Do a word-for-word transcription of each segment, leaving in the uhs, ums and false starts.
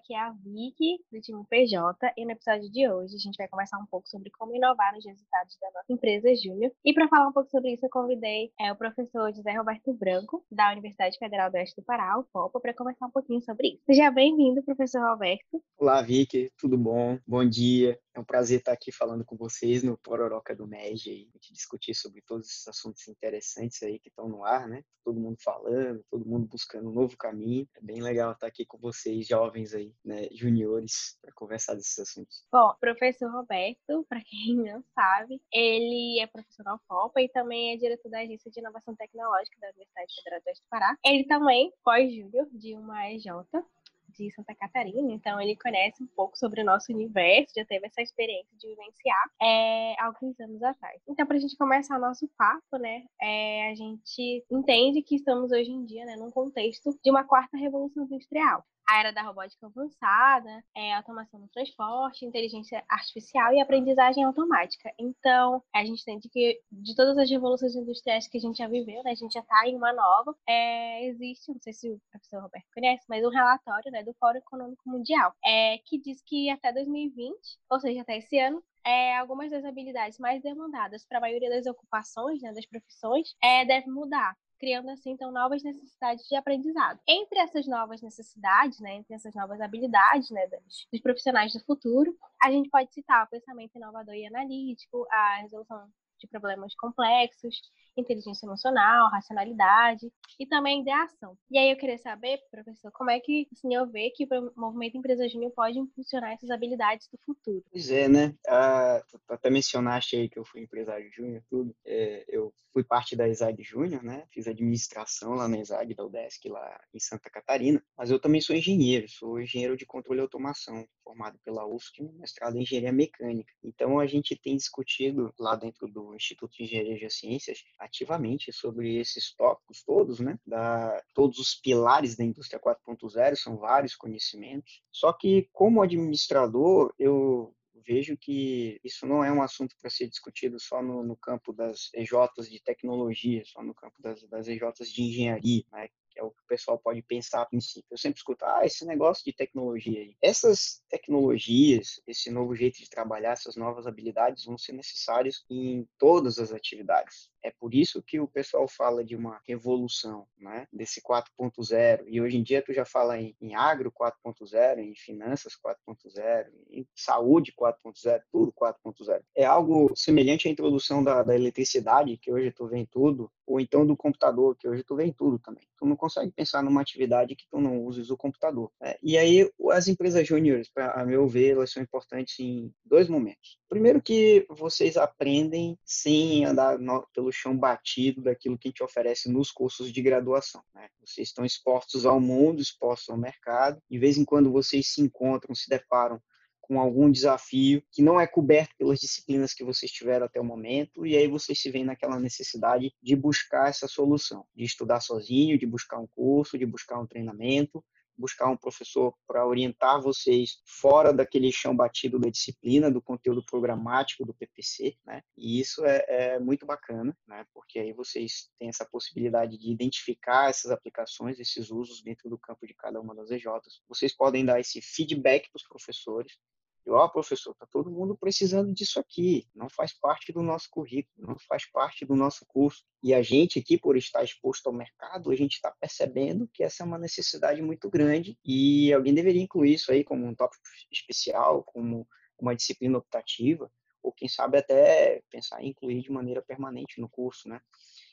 aqui é a Vicky, do time P J, e no episódio de hoje a gente vai conversar um pouco sobre como inovar nos resultados da nossa empresa Júnior. E para falar um pouco sobre isso, eu convidei é, o professor José Roberto Branco, da Universidade Federal do Oeste do Pará, U F O P A, para conversar um pouquinho sobre isso. Seja bem-vindo, professor Roberto. Olá, Vicky, tudo bom? Bom dia. É um prazer estar aqui falando com vocês no Pororoca do M E G, aí, a gente discutir sobre todos esses assuntos interessantes aí que estão no ar, né? Todo mundo falando, todo mundo buscando um novo caminho. É bem legal estar aqui com vocês, jovens aí, né, juniores, para conversar desses assuntos. Bom, professor Roberto, para quem não sabe, ele é professor na U F O P A e também é diretor da Agência de Inovação Tecnológica da Universidade Federal do Oeste do Pará. Ele também pós-júnior de uma E J de Santa Catarina, então ele conhece um pouco sobre o nosso universo, já teve essa experiência de vivenciar é, há alguns anos atrás. Então, para a gente começar nosso papo, né, é, a gente entende que estamos hoje em dia, né, num contexto de uma quarta revolução industrial. A era da robótica avançada, é, automação no transporte, inteligência artificial e aprendizagem automática. Então, a gente entende que de todas as revoluções industriais que a gente já viveu, né, a gente já está em uma nova, é, existe, não sei se o professor Roberto conhece, mas um relatório, né, do Fórum Econômico Mundial, é, que diz que até dois mil e vinte, ou seja, até esse ano, é, algumas das habilidades mais demandadas para a maioria das ocupações, né, das profissões, é, devem mudar, criando assim então novas necessidades de aprendizado. Entre essas novas necessidades, né, entre essas novas habilidades, né, dos, dos profissionais do futuro, a gente pode citar o pensamento inovador e analítico, a resolução de problemas complexos, inteligência emocional, racionalidade e também ideação. E aí eu queria saber, professor, como é que o senhor vê que o movimento Empresa Júnior pode impulsionar essas habilidades do futuro? Pois é, né? Ah, tu até mencionaste aí que eu fui empresário júnior, tudo. É, eu fui parte da ESAG Júnior, né? Fiz administração lá na ESAG da UDESC, lá em Santa Catarina. Mas eu também sou engenheiro, sou engenheiro de controle e automação, formado pela U F S C, mestrado em engenharia mecânica. Então, a gente tem discutido lá dentro do Instituto de Engenharia de Ciências ativamente sobre esses tópicos todos, né? Da, todos os pilares da indústria quatro ponto zero, são vários conhecimentos. Só que, como administrador, eu vejo que isso não é um assunto para ser discutido só no, no campo das E Js de tecnologia, só no campo das, das E Js de engenharia, né? Que é o que o pessoal pode pensar a princípio. Eu sempre escuto, ah, esse negócio de tecnologia aí. Essas tecnologias, esse novo jeito de trabalhar, essas novas habilidades vão ser necessárias em todas as atividades. É por isso que o pessoal fala de uma revolução, né, desse quatro ponto zero. E hoje em dia tu já fala em, em agro quatro ponto zero, em finanças quatro ponto zero, em saúde quatro ponto zero, tudo quatro ponto zero. É algo semelhante à introdução da, da eletricidade, que hoje tu vê em tudo, ou então do computador, que hoje tu vê em tudo também. Tu não consegue pensar numa atividade que tu não uses o computador. Né? E aí, as empresas júniores, a meu ver, elas são importantes em dois momentos. Primeiro que vocês aprendem sem andar no, pelo chão batido daquilo que a gente oferece nos cursos de graduação. Né? Vocês estão expostos ao mundo, expostos ao mercado. De vez em quando vocês se encontram, se deparam com algum desafio que não é coberto pelas disciplinas que vocês tiveram até o momento, e aí vocês se veem naquela necessidade de buscar essa solução, de estudar sozinho, de buscar um curso, de buscar um treinamento, buscar um professor para orientar vocês fora daquele chão batido da disciplina, do conteúdo programático do P P C, né? E isso é, é muito bacana, né? Porque aí vocês têm essa possibilidade de identificar essas aplicações, esses usos dentro do campo de cada uma das E Js. Vocês podem dar esse feedback para os professores. Ó, oh, professor, está todo mundo precisando disso aqui, não faz parte do nosso currículo, não faz parte do nosso curso. E a gente aqui, por estar exposto ao mercado, a gente está percebendo que essa é uma necessidade muito grande e alguém deveria incluir isso aí como um tópico especial, como uma disciplina optativa, ou quem sabe até pensar em incluir de maneira permanente no curso, né?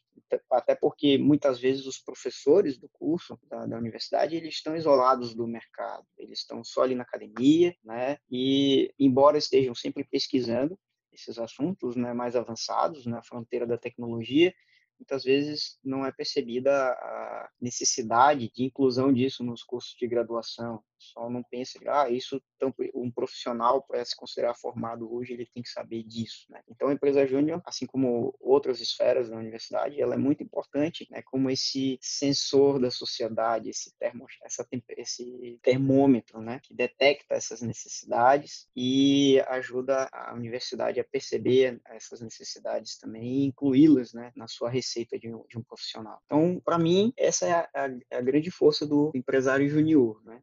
Até porque muitas vezes os professores do curso da, da universidade eles estão isolados do mercado, eles estão só ali na academia, né? E embora estejam sempre pesquisando esses assuntos, né, mais avançados na fronteira da tecnologia, muitas vezes não é percebida a necessidade de inclusão disso nos cursos de graduação. Só não pensa, ah, isso tão, um profissional para se considerar formado hoje, ele tem que saber disso, né? Então, a empresa júnior, assim como outras esferas da universidade, ela é muito importante, né, como esse sensor da sociedade, esse, termo, essa, esse termômetro, né, que detecta essas necessidades e ajuda a universidade a perceber essas necessidades também e incluí-las, né, na sua receita de um, de um profissional. Então, para mim, essa é a, a, a grande força do empresário júnior, né? Sem falar que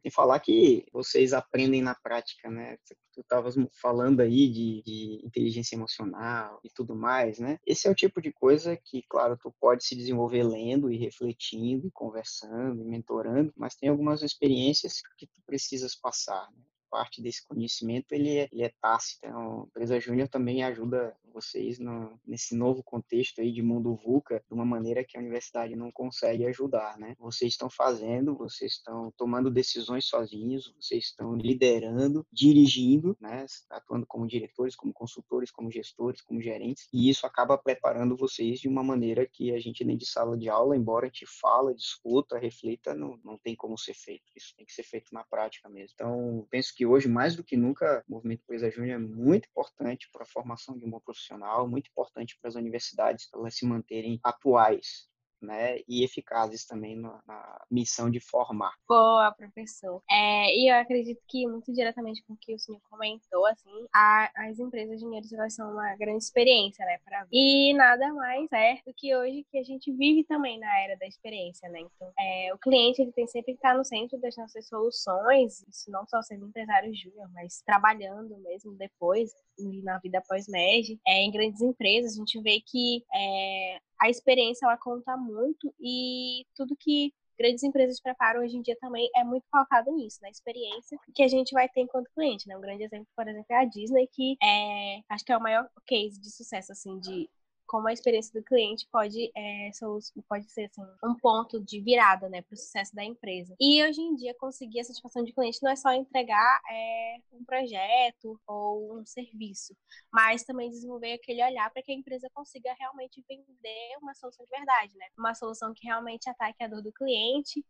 que vocês aprendem na prática, né? Tu estavas falando aí de, de inteligência emocional e tudo mais, né? Esse é o tipo de coisa que, claro, tu pode se desenvolver lendo e refletindo e conversando e mentorando, mas tem algumas experiências que tu precisas passar, né? Parte desse conhecimento ele é, ele é tácito. Então, a empresa Júnior também ajuda vocês no, nesse novo contexto aí de mundo VUCA de uma maneira que a universidade não consegue ajudar, né? Vocês estão fazendo, vocês estão tomando decisões sozinhos, vocês estão liderando, dirigindo, né? Atuando como diretores, como consultores, como gestores, como gerentes, e isso acaba preparando vocês de uma maneira que a gente nem de sala de aula, embora a gente fala, discuta, reflita, não, não tem como ser feito. Isso tem que ser feito na prática mesmo. Então, penso que hoje, mais do que nunca, o movimento Empresa Júnior é muito importante para a formação de um bom profissional, muito importante para as universidades para elas se manterem atuais, né, e eficazes também na, na missão de formar. Boa, professor. É, e eu acredito que, muito diretamente com o que o senhor comentou, assim, a, as empresas juniores, elas são uma grande experiência, né, para e nada mais certo que hoje que a gente vive também na era da experiência, né? Então, é, o cliente, ele tem sempre que estar no centro das nossas soluções, isso não só sendo empresário júnior, mas trabalhando mesmo depois, na vida pós-MED, é, em grandes empresas, a gente vê que é, a experiência, ela conta muito, e tudo que grandes empresas preparam hoje em dia também é muito pautado nisso, na experiência que a gente vai ter enquanto cliente, né? Um grande exemplo, por exemplo, é a Disney, que é, acho que é o maior case de sucesso, assim, de como a experiência do cliente pode, é, pode ser assim, um ponto de virada, né, para o sucesso da empresa. E hoje em dia, conseguir a satisfação de cliente não é só entregar é, um projeto ou um serviço, mas também desenvolver aquele olhar para que a empresa consiga realmente vender uma solução de verdade, né? Uma solução que realmente ataque a dor do cliente,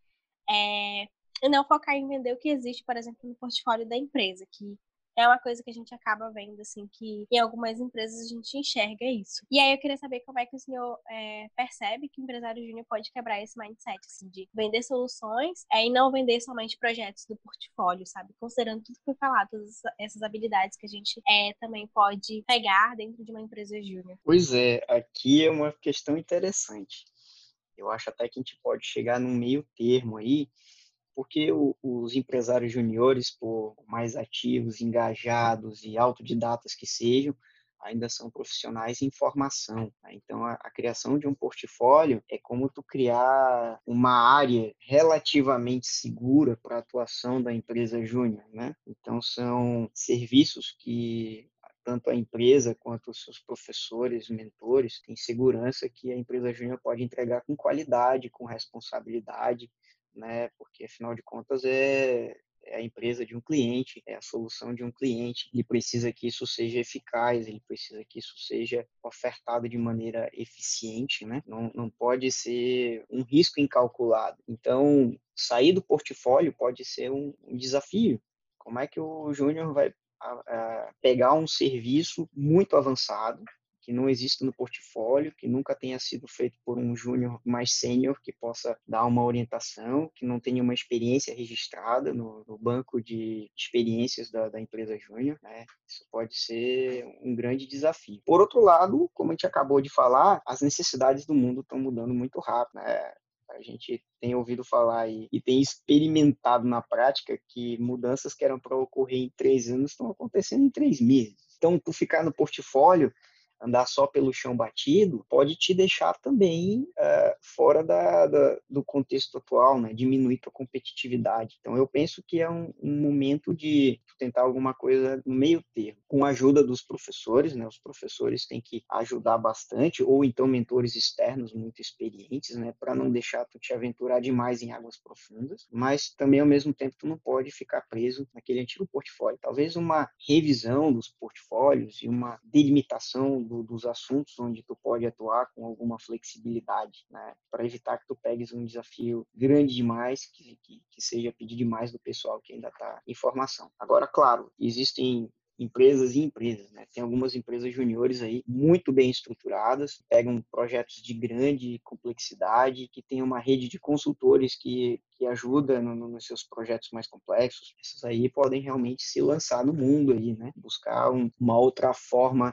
é, e não focar em vender o que existe, por exemplo, no portfólio da empresa, que é uma coisa que a gente acaba vendo, assim, que em algumas empresas a gente enxerga isso. E aí eu queria saber como é que o senhor é, percebe que o empresário júnior pode quebrar esse mindset, assim, de vender soluções é, e não vender somente projetos do portfólio, sabe? Considerando tudo que foi falado, todas essas habilidades que a gente é, também pode pegar dentro de uma empresa júnior. Pois é, aqui é uma questão interessante. Eu acho até que a gente pode chegar num meio termo aí, porque o, os empresários juniores, por mais ativos, engajados e autodidatas que sejam, ainda são profissionais em formação, né? Então, a, a criação de um portfólio é como tu criar uma área relativamente segura para a atuação da empresa júnior, né? Então, são serviços que tanto a empresa quanto os seus professores, mentores, têm segurança que a empresa júnior pode entregar com qualidade, com responsabilidade, né? Porque afinal de contas é, é a empresa de um cliente, é a solução de um cliente. Ele precisa que isso seja eficaz, ele precisa que isso seja ofertado de maneira eficiente, né? Não, não pode ser um risco incalculado. Então, sair do portfólio pode ser um, um desafio. Como é que o júnior vai a, a pegar um serviço muito avançado, que não existe no portfólio, que nunca tenha sido feito por um júnior mais sênior que possa dar uma orientação, que não tenha uma experiência registrada no, no banco de experiências da, da empresa júnior, né? Isso pode ser um grande desafio. Por outro lado, como a gente acabou de falar, as necessidades do mundo estão mudando muito rápido, né? A gente tem ouvido falar e, e tem experimentado na prática que mudanças que eram para ocorrer em três anos estão acontecendo em três meses. Então, tu ficar no portfólio, andar só pelo chão batido, pode te deixar também uh, fora da, da, do contexto atual, né? Diminuir tua competitividade. Então, eu penso que é um, um momento de tentar alguma coisa no meio termo, com a ajuda dos professores, né? Os professores têm que ajudar bastante, ou então mentores externos muito experientes, né? Para não deixar tu te aventurar demais em águas profundas, mas também, ao mesmo tempo, tu não pode ficar preso naquele antigo portfólio. Talvez uma revisão dos portfólios e uma delimitação do, dos assuntos onde tu pode atuar com alguma flexibilidade, né? Para evitar que tu pegues um desafio grande demais, que, que, que seja pedir demais do pessoal que ainda está em formação. Agora, claro, existem empresas e empresas, né? Tem algumas empresas juniores aí muito bem estruturadas, pegam projetos de grande complexidade, que tem uma rede de consultores que, que ajuda no, no, nos seus projetos mais complexos. Essas aí podem realmente se lançar no mundo aí, né? Buscar um, uma outra forma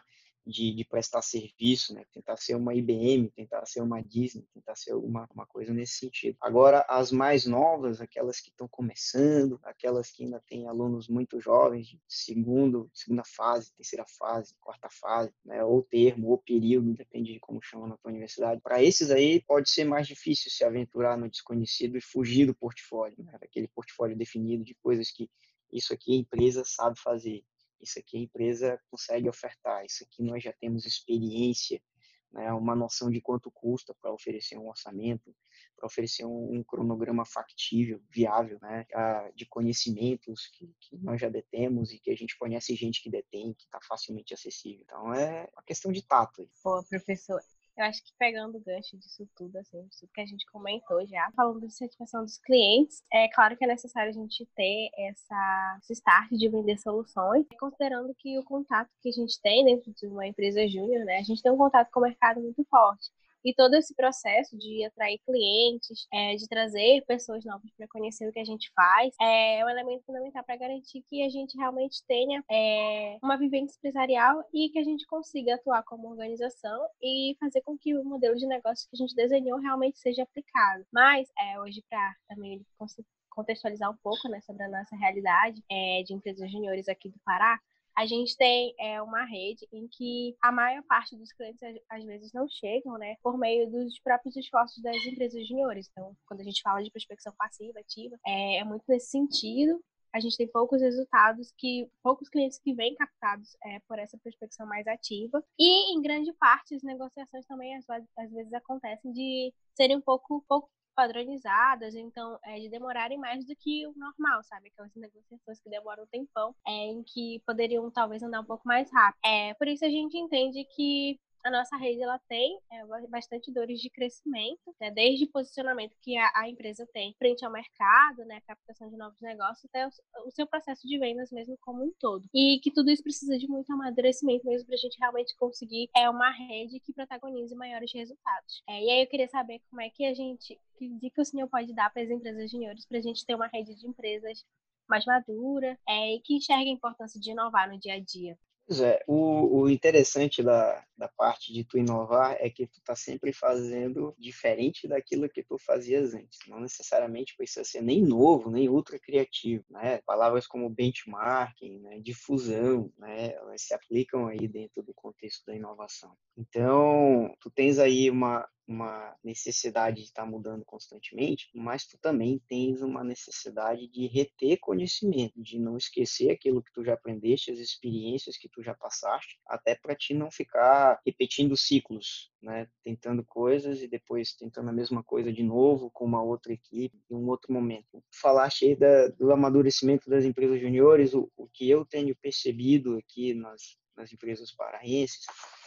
de, de prestar serviço, né? Tentar ser uma I B M, tentar ser uma Disney, tentar ser alguma uma coisa nesse sentido. Agora, as mais novas, aquelas que estão começando, aquelas que ainda têm alunos muito jovens, de segundo, segunda fase, terceira fase, quarta fase, né? Ou termo, ou período, depende de como chama na tua universidade. Para esses aí, pode ser mais difícil se aventurar no desconhecido e fugir do portfólio, né? Daquele portfólio definido de coisas que isso aqui a empresa sabe fazer, isso aqui a empresa consegue ofertar, isso aqui nós já temos experiência, né, uma noção de quanto custa para oferecer um orçamento, para oferecer um, um cronograma factível, viável, né, de conhecimentos que, que nós já detemos e que a gente conhece gente que detém, que está facilmente acessível. Então, é uma questão de tato. Pô, professor, eu acho que pegando o gancho disso tudo, assim, tudo que a gente comentou já, falando de satisfação dos clientes, é claro que é necessário a gente ter essa, esse start de vender soluções, considerando que o contato que a gente tem dentro de uma empresa júnior, né, a gente tem um contato com o mercado muito forte. E todo esse processo de atrair clientes, é, de trazer pessoas novas para conhecer o que a gente faz, é um elemento fundamental para garantir que a gente realmente tenha é, uma vivência empresarial e que a gente consiga atuar como organização e fazer com que o modelo de negócio que a gente desenhou realmente seja aplicado. Mas, é, hoje, para também contextualizar um pouco, né, sobre a nossa realidade é, de empresas juniores aqui do Pará, a gente tem é, uma rede em que a maior parte dos clientes às vezes não chegam, né, por meio dos próprios esforços das empresas juniores. Então, quando a gente fala de prospecção passiva, ativa, é, é muito nesse sentido. A gente tem poucos resultados, que poucos clientes que vêm captados é, por essa prospecção mais ativa. E, em grande parte, as negociações também às, às vezes acontecem de serem um pouco, pouco padronizadas, então, é, de demorarem mais do que o normal, sabe? Aquelas negociações que demoram um tempão, é, em que poderiam, talvez, andar um pouco mais rápido. É, por isso, a gente entende que a nossa rede ela tem é, bastante dores de crescimento, né? Desde o posicionamento que a, a empresa tem frente ao mercado, né? Captação de novos negócios, até o, o seu processo de vendas mesmo como um todo. E que tudo isso precisa de muito amadurecimento mesmo para a gente realmente conseguir é, uma rede que protagonize maiores resultados. É, e aí eu queria saber como é que a gente, que dica o senhor pode dar para as empresas juniores para a gente ter uma rede de empresas mais madura é, e que enxergue a importância de inovar no dia a dia. Pois é, o, o interessante da, da parte de tu inovar é que tu tá sempre fazendo diferente daquilo que tu fazias antes. Não necessariamente precisa ser nem novo, nem ultra criativo, né? Palavras como benchmarking, né? Difusão, né? Elas se aplicam aí dentro do contexto da inovação. Então, tu tens aí uma, uma necessidade de estar mudando constantemente, mas tu também tens uma necessidade de reter conhecimento, de não esquecer aquilo que tu já aprendeste, as experiências que tu já passaste, até para ti não ficar repetindo ciclos, né? Tentando coisas e depois tentando a mesma coisa de novo com uma outra equipe em um outro momento. Falaste aí da, do amadurecimento das empresas juniores, o, o que eu tenho percebido aqui nas, nas empresas paraenses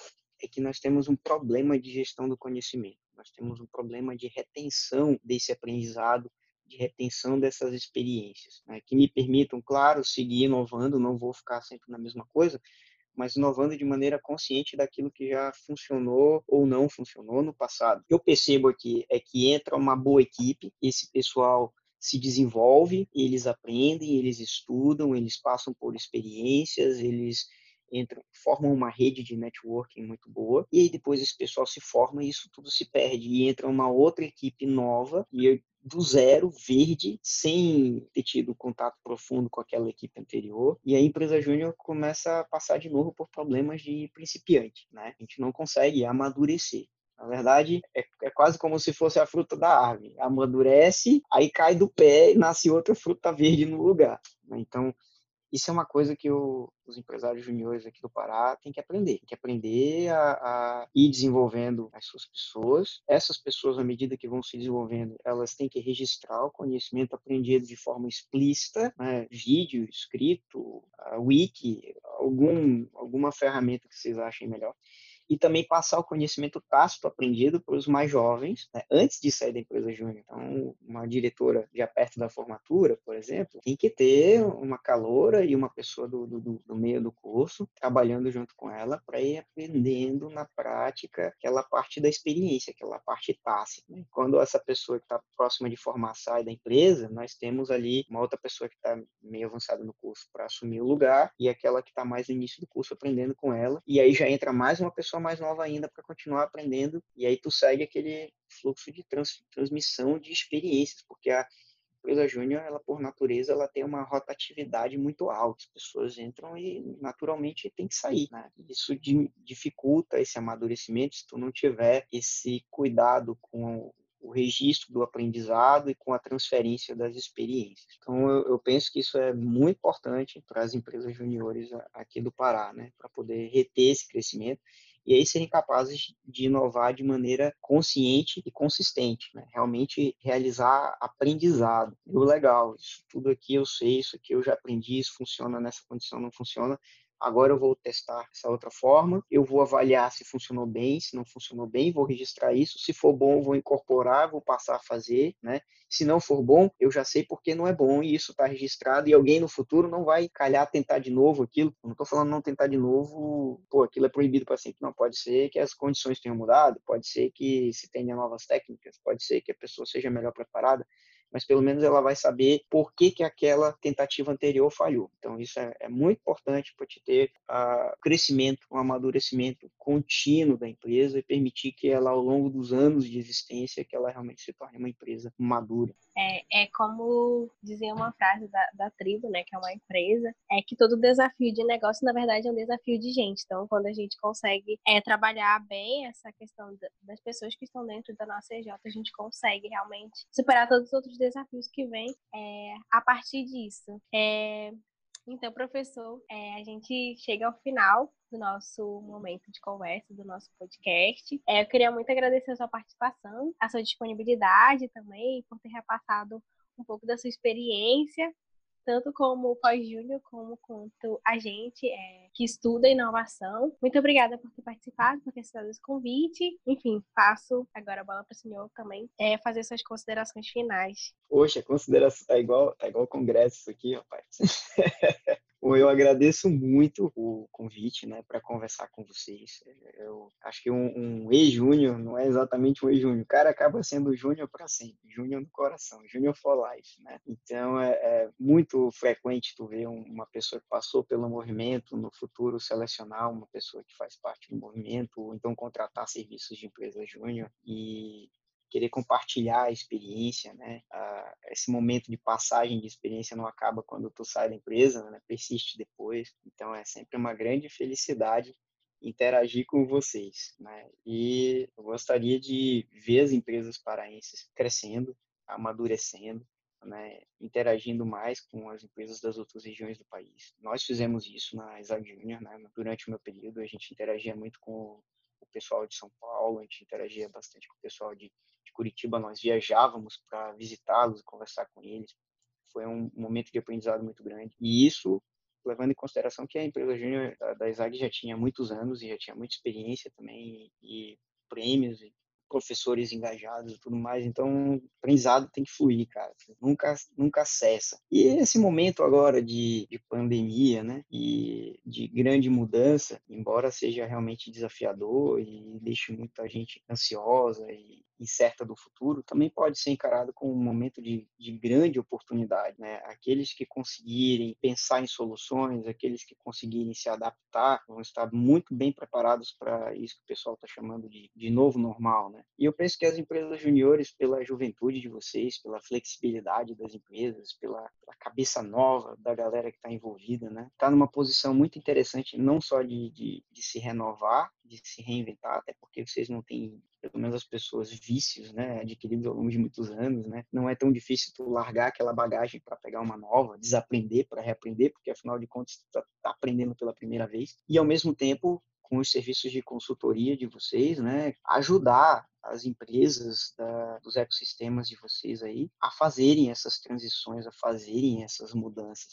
é que nós temos um problema de gestão do conhecimento, nós temos um problema de retenção desse aprendizado, de retenção dessas experiências, né, que me permitam, claro, seguir inovando, não vou ficar sempre na mesma coisa, mas inovando de maneira consciente daquilo que já funcionou ou não funcionou no passado. O que eu percebo aqui é que entra uma boa equipe, esse pessoal se desenvolve, eles aprendem, eles estudam, eles passam por experiências, eles entram, formam uma rede de networking muito boa, e aí depois esse pessoal se forma e isso tudo se perde, e entra uma outra equipe nova, e do zero, verde, sem ter tido contato profundo com aquela equipe anterior, e a empresa júnior começa a passar de novo por problemas de principiante, né? A gente não consegue amadurecer. Na verdade, é, é quase como se fosse a fruta da árvore. Amadurece, aí cai do pé e nasce outra fruta verde no lugar, né? Então, isso é uma coisa que o, os empresários juniores aqui do Pará têm que aprender. Tem que aprender a, a ir desenvolvendo as suas pessoas. Essas pessoas, à medida que vão se desenvolvendo, elas têm que registrar o conhecimento aprendido de forma explícita, né? Vídeo, escrito, uh, wiki, algum, alguma ferramenta que vocês achem melhor. e também passar o conhecimento tácito aprendido para os mais jovens, né, antes de sair da empresa júnior. Então, uma diretora já perto da formatura, por exemplo, tem que ter uma caloura e uma pessoa do, do, do meio do curso trabalhando junto com ela para ir aprendendo na prática aquela parte da experiência, aquela parte tácita. Né? Quando essa pessoa que está próxima de formar sai da empresa, nós temos ali uma outra pessoa que está meio avançada no curso para assumir o lugar e aquela que está mais no início do curso aprendendo com ela. E aí já entra mais uma pessoa mais nova ainda para continuar aprendendo. E aí tu segue aquele fluxo de trans, transmissão de experiências, porque a empresa júnior, ela por natureza, ela tem uma rotatividade muito alta. As pessoas entram e naturalmente tem que sair, né? Isso dificulta esse amadurecimento se tu não tiver esse cuidado com o registro do aprendizado e com a transferência das experiências. Então, eu, eu penso que isso é muito importante para as empresas juniores aqui do Pará, né? Para poder reter esse crescimento e aí serem capazes de inovar de maneira consciente e consistente, né? Realmente realizar aprendizado. E o legal, isso tudo aqui eu sei, isso aqui eu já aprendi, isso funciona nessa condição, não funciona. Agora eu vou testar essa outra forma, eu vou avaliar se funcionou bem, se não funcionou bem, vou registrar isso, se for bom, eu vou incorporar, vou passar a fazer, né? Se não for bom, eu já sei porque não é bom e isso está registrado e alguém no futuro não vai calhar tentar de novo aquilo. Eu não estou falando não tentar de novo, pô, aquilo é proibido para sempre. Não, pode ser que as condições tenham mudado, pode ser que se tenha novas técnicas, pode ser que a pessoa seja melhor preparada, mas pelo menos ela vai saber por que, que aquela tentativa anterior falhou. Então, isso é, é muito importante para te ter o uh, crescimento, o um amadurecimento contínuo da empresa e permitir que ela, ao longo dos anos de existência, que ela realmente se torne uma empresa madura. É, é como dizia uma frase da, da Tribo, né, que é uma empresa, é que todo desafio de negócio, na verdade, é um desafio de gente. Então, quando a gente consegue é, trabalhar bem essa questão da, das pessoas que estão dentro da nossa E J, a gente consegue realmente superar todos os outros desafios que vêm é, a partir disso. É, então, professor, é, a gente chega ao final do nosso momento de conversa, do nosso podcast. É, eu queria muito agradecer a sua participação, a sua disponibilidade também, por ter repassado um pouco da sua experiência, tanto como pós-júnior, como quanto a gente é, que estuda inovação. Muito obrigada por ter participado, por ter aceitado esse convite. Enfim, passo agora a bola para o senhor também é, fazer suas considerações finais. Poxa, consideração, tá igual, tá igual congresso isso aqui, rapaz. Eu agradeço muito o convite, né, para conversar com vocês. Eu acho que um, um ex-júnior não é exatamente um ex-júnior. O cara acaba sendo júnior para sempre, júnior no coração, júnior for life, né? Então é, é muito frequente tu ver uma pessoa que passou pelo movimento no futuro selecionar uma pessoa que faz parte do movimento ou então contratar serviços de empresa júnior e querer compartilhar a experiência, né? Ah, esse momento de passagem de experiência não acaba quando tu sai da empresa, né? Persiste depois. Então é sempre uma grande felicidade interagir com vocês, né? E eu gostaria de ver as empresas paraenses crescendo, amadurecendo, né? Interagindo mais com as empresas das outras regiões do país. Nós fizemos isso na Exag Júnior, né? Durante o meu período, a gente interagia muito com o pessoal de São Paulo, a gente interagia bastante com o pessoal de de Curitiba, nós viajávamos para visitá-los e conversar com eles. Foi um momento de aprendizado muito grande. E isso, levando em consideração que a empresa júnior da Exag já tinha muitos anos e já tinha muita experiência também, e, e prêmios, e professores engajados e tudo mais. Então, o aprendizado tem que fluir, cara. Nunca, nunca cessa. E esse momento agora de, de pandemia, né? E de grande mudança, embora seja realmente desafiador e deixe muita gente ansiosa e incerta do futuro, também pode ser encarado como um momento de, de grande oportunidade, né? Aqueles que conseguirem pensar em soluções, aqueles que conseguirem se adaptar, vão estar muito bem preparados para isso que o pessoal está chamando de, de novo normal, né? E eu penso que as empresas juniores, pela juventude de vocês, pela flexibilidade das empresas, pela, pela cabeça nova da galera que está envolvida, né? Está numa posição muito interessante, não só de, de, de se renovar, de se reinventar, até porque vocês não têm, pelo menos as pessoas, vícios, né, adquiridos ao longo de muitos anos, né? Não é tão difícil tu largar aquela bagagem para pegar uma nova, desaprender para reaprender, porque afinal de contas tu tá, tá aprendendo pela primeira vez. E ao mesmo tempo, com os serviços de consultoria de vocês, né, ajudar as empresas da, dos ecossistemas de vocês aí a fazerem essas transições, a fazerem essas mudanças.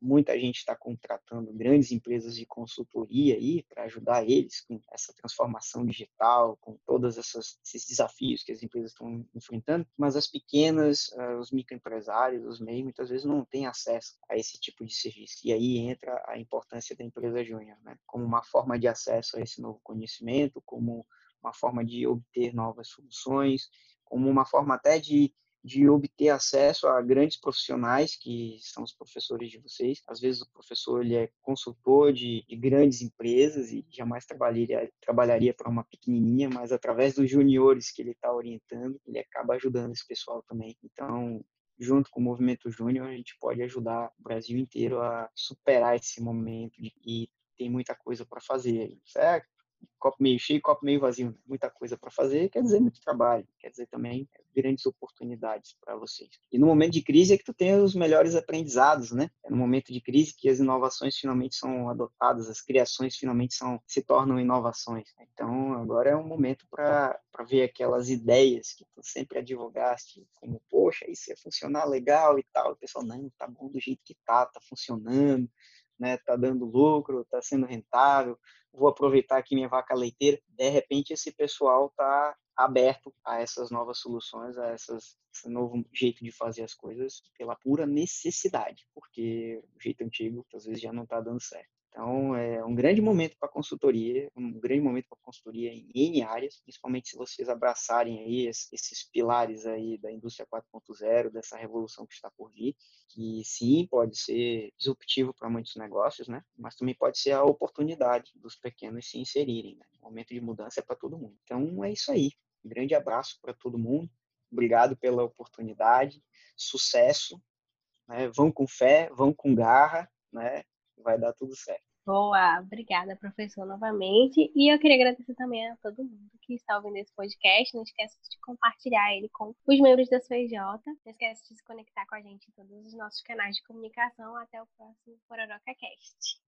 muita gente está contratando grandes empresas de consultoria aí para ajudar eles com essa transformação digital, com todos essas, esses desafios que as empresas estão enfrentando, mas as pequenas, uh, os microempresários, os meios, muitas vezes não têm acesso a esse tipo de serviço. E aí entra a importância da empresa júnior, né? Como uma forma de acesso a esse novo conhecimento, como uma forma de obter novas soluções, como uma forma até de de obter acesso a grandes profissionais, que são os professores de vocês. Às vezes o professor ele é consultor de, de grandes empresas e jamais trabalharia, trabalharia para uma pequenininha, mas através dos juniores que ele está orientando, ele acaba ajudando esse pessoal também. Então, junto com o Movimento Júnior, a gente pode ajudar o Brasil inteiro a superar esse momento e tem muita coisa para fazer aí, certo? Copo meio cheio, copo meio vazio, né? Muita coisa para fazer, quer dizer muito trabalho, quer dizer também grandes oportunidades para vocês. E no momento de crise é que tu tem os melhores aprendizados, né? É no momento de crise que as inovações finalmente são adotadas, as criações finalmente são, se tornam inovações. Então, agora é um momento para ver aquelas ideias que tu sempre advogaste, como, poxa, isso ia funcionar legal e tal. O pessoal, não, tá bom do jeito que tá, tá funcionando, né? Tá dando lucro, tá sendo rentável, vou aproveitar aqui minha vaca leiteira. De repente, esse pessoal está aberto a essas novas soluções, a essas, esse novo jeito de fazer as coisas pela pura necessidade, porque o jeito antigo, às vezes, já não está dando certo. Então, é um grande momento para a consultoria, um grande momento para a consultoria em N áreas, principalmente se vocês abraçarem aí esses pilares aí da indústria quatro ponto zero, dessa revolução que está por vir, que sim, pode ser disruptivo para muitos negócios, né? Mas também pode ser a oportunidade dos pequenos se inserirem, né? O momento de mudança é para todo mundo. Então, é isso aí. Um grande abraço para todo mundo. Obrigado pela oportunidade. Sucesso. Né? Vão com fé, vão com garra, né? Vai dar tudo certo. Boa, obrigada, professor, novamente. E eu queria agradecer também a todo mundo que está ouvindo esse podcast. Não esqueça de compartilhar ele com os membros da C J. Não esqueça de se conectar com a gente em todos os nossos canais de comunicação. Até o próximo Pororoca Cast.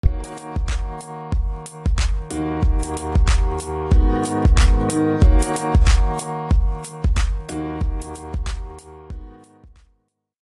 Thank you.